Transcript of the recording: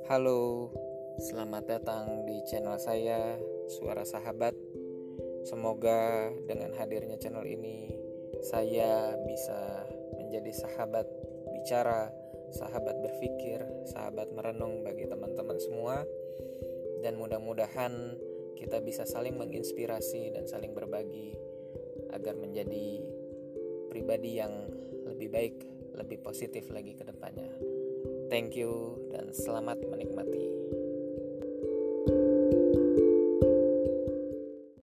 Halo, selamat datang di channel saya, Suara Sahabat. Semoga dengan hadirnya channel ini, saya bisa menjadi sahabat bicara, sahabat berpikir, sahabat merenung bagi teman-teman semua. Dan mudah-mudahan kita bisa saling menginspirasi dan saling berbagi agar menjadi pribadi yang lebih baik, lebih positif lagi ke depannya. Thank you dan selamat menikmati.